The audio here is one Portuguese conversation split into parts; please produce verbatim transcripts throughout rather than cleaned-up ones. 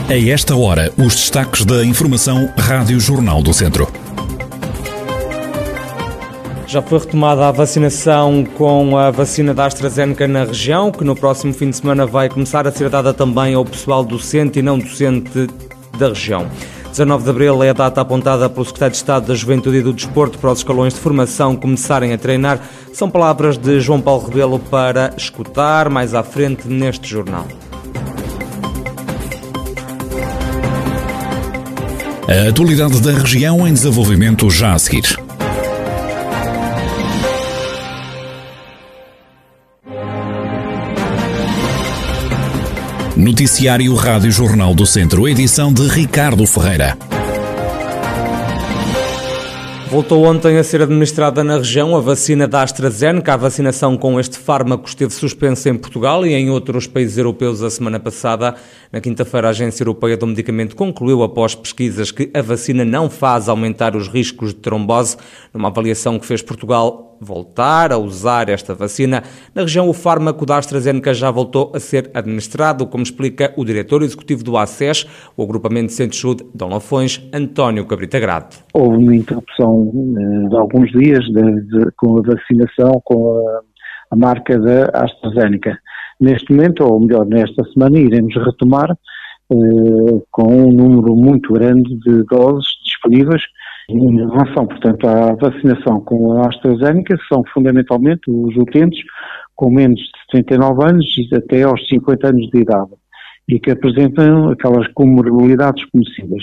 A esta hora, os destaques da Informação Rádio Jornal do Centro. Já foi retomada a vacinação com a vacina da AstraZeneca na região, que no próximo fim de semana vai começar a ser dada também ao pessoal docente e não docente da região. dezanove de abril é a data apontada pelo Secretário de Estado da Juventude e do Desporto para os escalões de formação começarem a treinar. São palavras de João Paulo Rebelo para escutar mais à frente neste jornal. A atualidade da região em desenvolvimento já a seguir. Noticiário Rádio Jornal do Centro, edição de Ricardo Ferreira. Voltou ontem a ser administrada na região a vacina da AstraZeneca. A vacinação com este fármaco esteve suspensa em Portugal e em outros países europeus a semana passada. Na quinta-feira, a Agência Europeia do Medicamento concluiu, após pesquisas, que a vacina não faz aumentar os riscos de trombose. Numa avaliação que fez Portugal voltar a usar esta vacina, na região o fármaco da AstraZeneca já voltou a ser administrado, como explica o diretor executivo do A C E S, o Agrupamento de Centros de Saúde Dom Lafões, António Cabrita Grado. Houve uma interrupção de alguns dias de, de, com a vacinação com a, a marca da AstraZeneca. Neste momento, ou melhor, nesta semana, iremos retomar eh, com um número muito grande de doses disponíveis em relação, portanto, à vacinação com a AstraZeneca. São fundamentalmente os utentes com menos de setenta e nove anos e até aos cinquenta anos de idade e que apresentam aquelas comorbilidades conhecidas.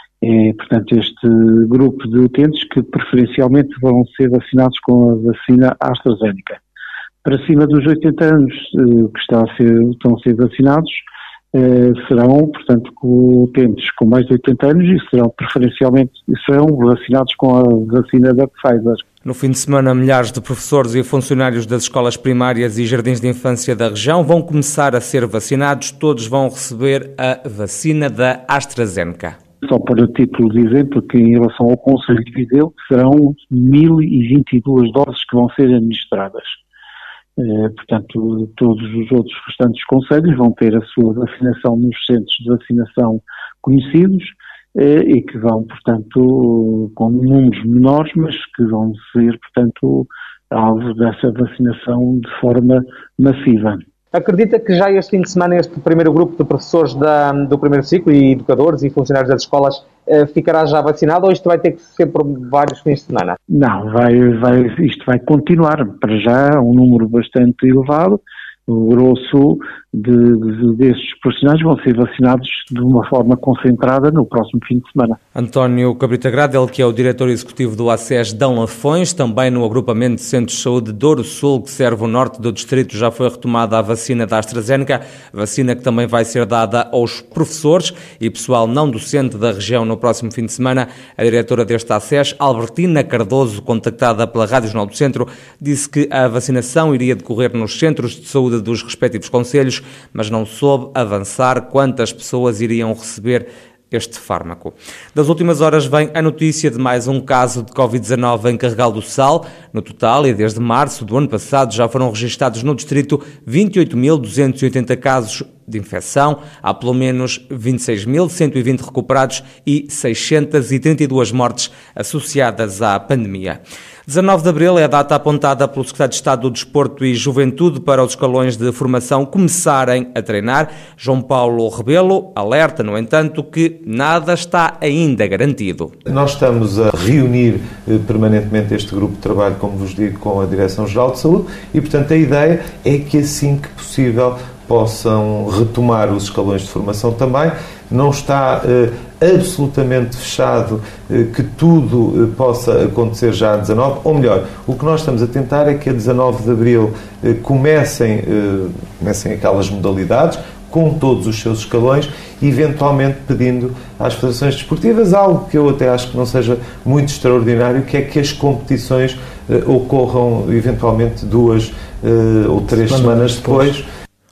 É, portanto, este grupo de utentes que preferencialmente vão ser vacinados com a vacina AstraZeneca. Para cima dos oitenta anos que está a ser, estão a ser vacinados, eh, serão, portanto, utentes com mais de oitenta anos e serão preferencialmente serão vacinados com a vacina da Pfizer. No fim de semana, milhares de professores e funcionários das escolas primárias e jardins de infância da região vão começar a ser vacinados. Todos vão receber a vacina da AstraZeneca. Só para título de exemplo, que em relação ao Conselho de Viseu, serão mil e vinte e duas doses que vão ser administradas. Eh, portanto, todos os outros restantes concelhos vão ter a sua vacinação nos centros de vacinação conhecidos eh, e que vão, portanto, com números menores, mas que vão ser, portanto, alvo dessa vacinação de forma massiva. Acredita que já este fim de semana este primeiro grupo de professores da, do primeiro ciclo e educadores e funcionários das escolas eh, ficará já vacinado ou isto vai ter que ser por vários fins de semana? Não, vai, vai, isto vai continuar. Para já um número bastante elevado. O grosso de, de, destes profissionais vão ser vacinados de uma forma concentrada no próximo fim de semana. António Cabrita Grado, ele que é o diretor executivo do A C E S Dom Lafões, também no agrupamento de Centros de Saúde Douro Sul, que serve o norte do distrito, já foi retomada a vacina da AstraZeneca, vacina que também vai ser dada aos professores e pessoal não docente da região no próximo fim de semana. A diretora deste A C E S, Albertina Cardoso, contactada pela Rádio Jornal do Centro, disse que a vacinação iria decorrer nos centros de saúde dos respectivos concelhos, mas não soube avançar quantas pessoas iriam receber este fármaco. Das últimas horas vem a notícia de mais um caso de covid dezanove em Carregal do Sal. No total, e desde março do ano passado, já foram registados no distrito vinte e oito mil duzentos e oitenta casos de infecção, há pelo menos vinte e seis mil cento e vinte recuperados e seiscentas e trinta e duas mortes associadas à pandemia. dezanove de abril é a data apontada pelo Secretário de Estado do Desporto e Juventude para os escalões de formação começarem a treinar. João Paulo Rebelo alerta, no entanto, que nada está ainda garantido. Nós estamos a reunir eh, permanentemente este grupo de trabalho, como vos digo, com a Direção-Geral de Saúde e, portanto, a ideia é que assim que possível possam retomar os escalões de formação também. Não está eh, absolutamente fechado eh, que tudo eh, possa acontecer já a dezanove, ou melhor, o que nós estamos a tentar é que a dezanove de abril eh, comecem, eh, comecem aquelas modalidades, com todos os seus escalões, eventualmente pedindo às federações desportivas algo que eu até acho que não seja muito extraordinário, que é que as competições eh, ocorram eventualmente duas eh, ou três semanas depois.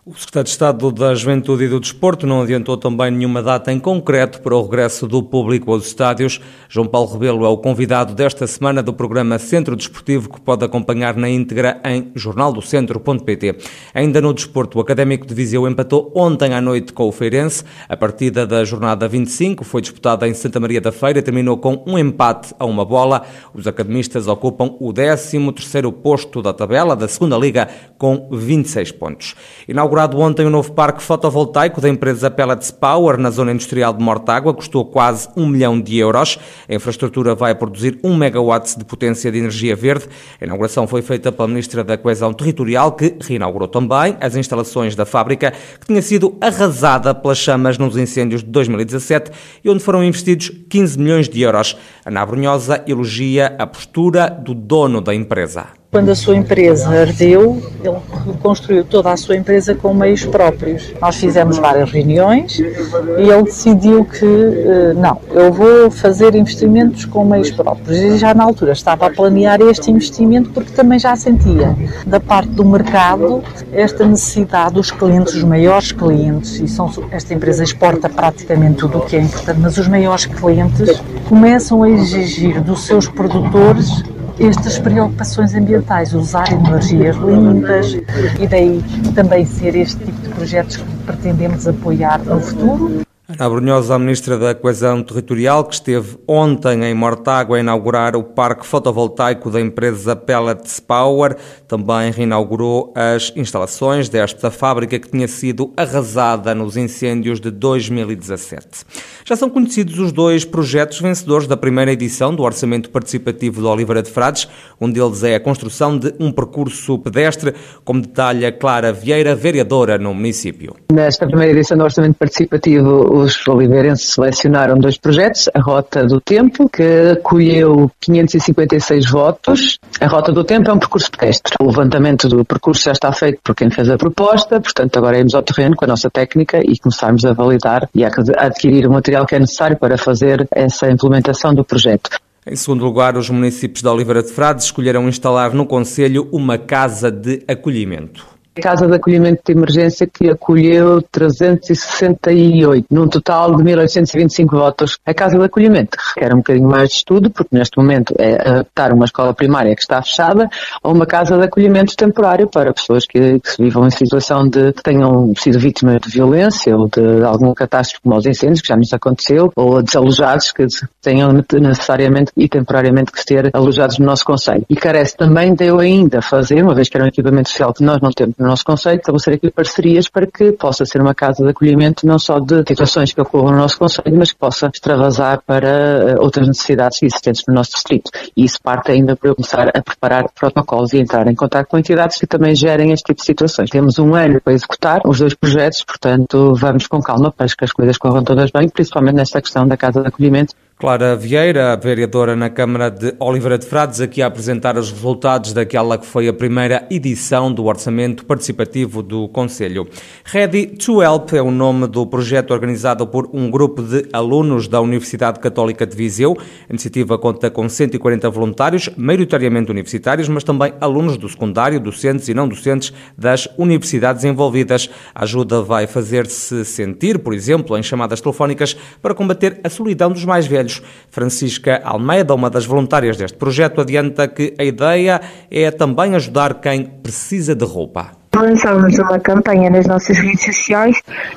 O secretário de Estado da Juventude e do Desporto não adiantou também nenhuma data em concreto para o regresso do público aos estádios. João Paulo Rebelo é o convidado desta semana do programa Centro Desportivo, que pode acompanhar na íntegra em jornal do centro ponto pt. Ainda no desporto, o Académico de Viseu empatou ontem à noite com o Feirense. A partida da jornada vinte e cinco foi disputada em Santa Maria da Feira e terminou com um empate a uma bola. Os academistas ocupam o décimo terceiro posto da tabela da segunda Liga com vinte e seis pontos. Inaugurado ontem o novo parque fotovoltaico da empresa Pellets Power na zona industrial de Mortágua, custou quase um milhão de euros. A infraestrutura vai produzir um megawatt de potência de energia verde. A inauguração foi feita pela Ministra da Coesão Territorial, que reinaugurou também as instalações da fábrica, que tinha sido arrasada pelas chamas nos incêndios de dois mil e dezassete e onde foram investidos quinze milhões de euros. Ana Abrunhosa elogia a postura do dono da empresa. Quando a sua empresa ardeu, ele reconstruiu toda a sua empresa com meios próprios. Nós fizemos várias reuniões e ele decidiu que, não, eu vou fazer investimentos com meios próprios. E já na altura estava a planear este investimento porque também já sentia, da parte do mercado, esta necessidade dos clientes, os maiores clientes, e são, esta empresa exporta praticamente tudo o que é importante, mas os maiores clientes começam a exigir dos seus produtores estas preocupações ambientais, usar energias limpas e daí também ser este tipo de projetos que pretendemos apoiar no futuro. Ana Abrunhosa, a Ministra da Coesão Territorial, que esteve ontem em Mortágua a inaugurar o parque fotovoltaico da empresa Pellets Power, também reinaugurou as instalações desta fábrica que tinha sido arrasada nos incêndios de dois mil e dezassete. Já são conhecidos os dois projetos vencedores da primeira edição do Orçamento Participativo de Oliveira de Frades. Um deles é a construção de um percurso pedestre, como detalha Clara Vieira, vereadora no município. Nesta primeira edição do Orçamento Participativo, os oliveirenses selecionaram dois projetos, a Rota do Tempo, que colheu quinhentos e cinquenta e seis votos. A Rota do Tempo é um percurso pedestre. O levantamento do percurso já está feito por quem fez a proposta, portanto agora irmos ao terreno com a nossa técnica e começarmos a validar e a adquirir o material que é necessário para fazer essa implementação do projeto. Em segundo lugar, os municípios de Oliveira de Frades escolheram instalar no concelho uma casa de acolhimento. A Casa de Acolhimento de Emergência, que acolheu trezentos e sessenta e oito, num total de mil oitocentos e vinte e cinco votos. A Casa de Acolhimento requer um bocadinho mais de estudo, porque neste momento é adaptar uma escola primária que está fechada a uma Casa de Acolhimento temporário para pessoas que, que vivam em situação de que tenham sido vítimas de violência ou de alguma catástrofe como os incêndios, que já nos aconteceu, ou desalojados que tenham necessariamente e temporariamente que ser alojados no nosso concelho. E carece também de eu ainda fazer, uma vez que era um equipamento social que nós não temos no nosso concelho, estabelecer aqui parcerias para que possa ser uma casa de acolhimento não só de situações que ocorram no nosso concelho, mas que possa extravasar para outras necessidades existentes no nosso distrito. E isso parte ainda para eu começar a preparar protocolos e entrar em contato com entidades que também gerem este tipo de situações. Temos um ano para executar os dois projetos, portanto vamos com calma para que as coisas corram todas bem, principalmente nesta questão da casa de acolhimento. Clara Vieira, vereadora na Câmara de Oliveira de Frades, aqui a apresentar os resultados daquela que foi a primeira edição do Orçamento Participativo do Concelho. Ready to Help é o nome do projeto organizado por um grupo de alunos da Universidade Católica de Viseu. A iniciativa conta com cento e quarenta voluntários, maioritariamente universitários, mas também alunos do secundário, docentes e não docentes das universidades envolvidas. A ajuda vai fazer-se sentir, por exemplo, em chamadas telefónicas para combater a solidão dos mais velhos. Francisca Almeida, uma das voluntárias deste projeto, adianta que a ideia é também ajudar quem precisa de roupa. Lançámos uma campanha nas nossas redes sociais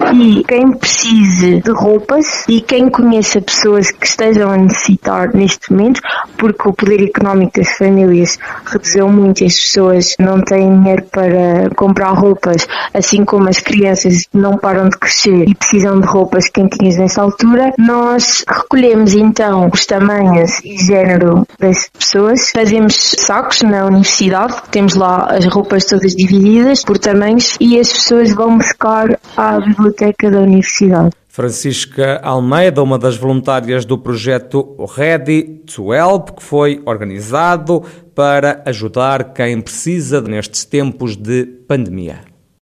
e quem precise de roupas e quem conheça pessoas que estejam a necessitar neste momento, porque o poder económico das famílias reduziu muito e as pessoas não têm dinheiro para comprar roupas, assim como as crianças não param de crescer e precisam de roupas quentinhas nessa altura, nós recolhemos então os tamanhos e género das pessoas, fazemos sacos na universidade, temos lá as roupas todas divididas por tamanhos e as pessoas vão buscar à biblioteca da universidade. Francisca Almeida, uma das voluntárias do projeto Ready to Help, que foi organizado para ajudar quem precisa nestes tempos de pandemia.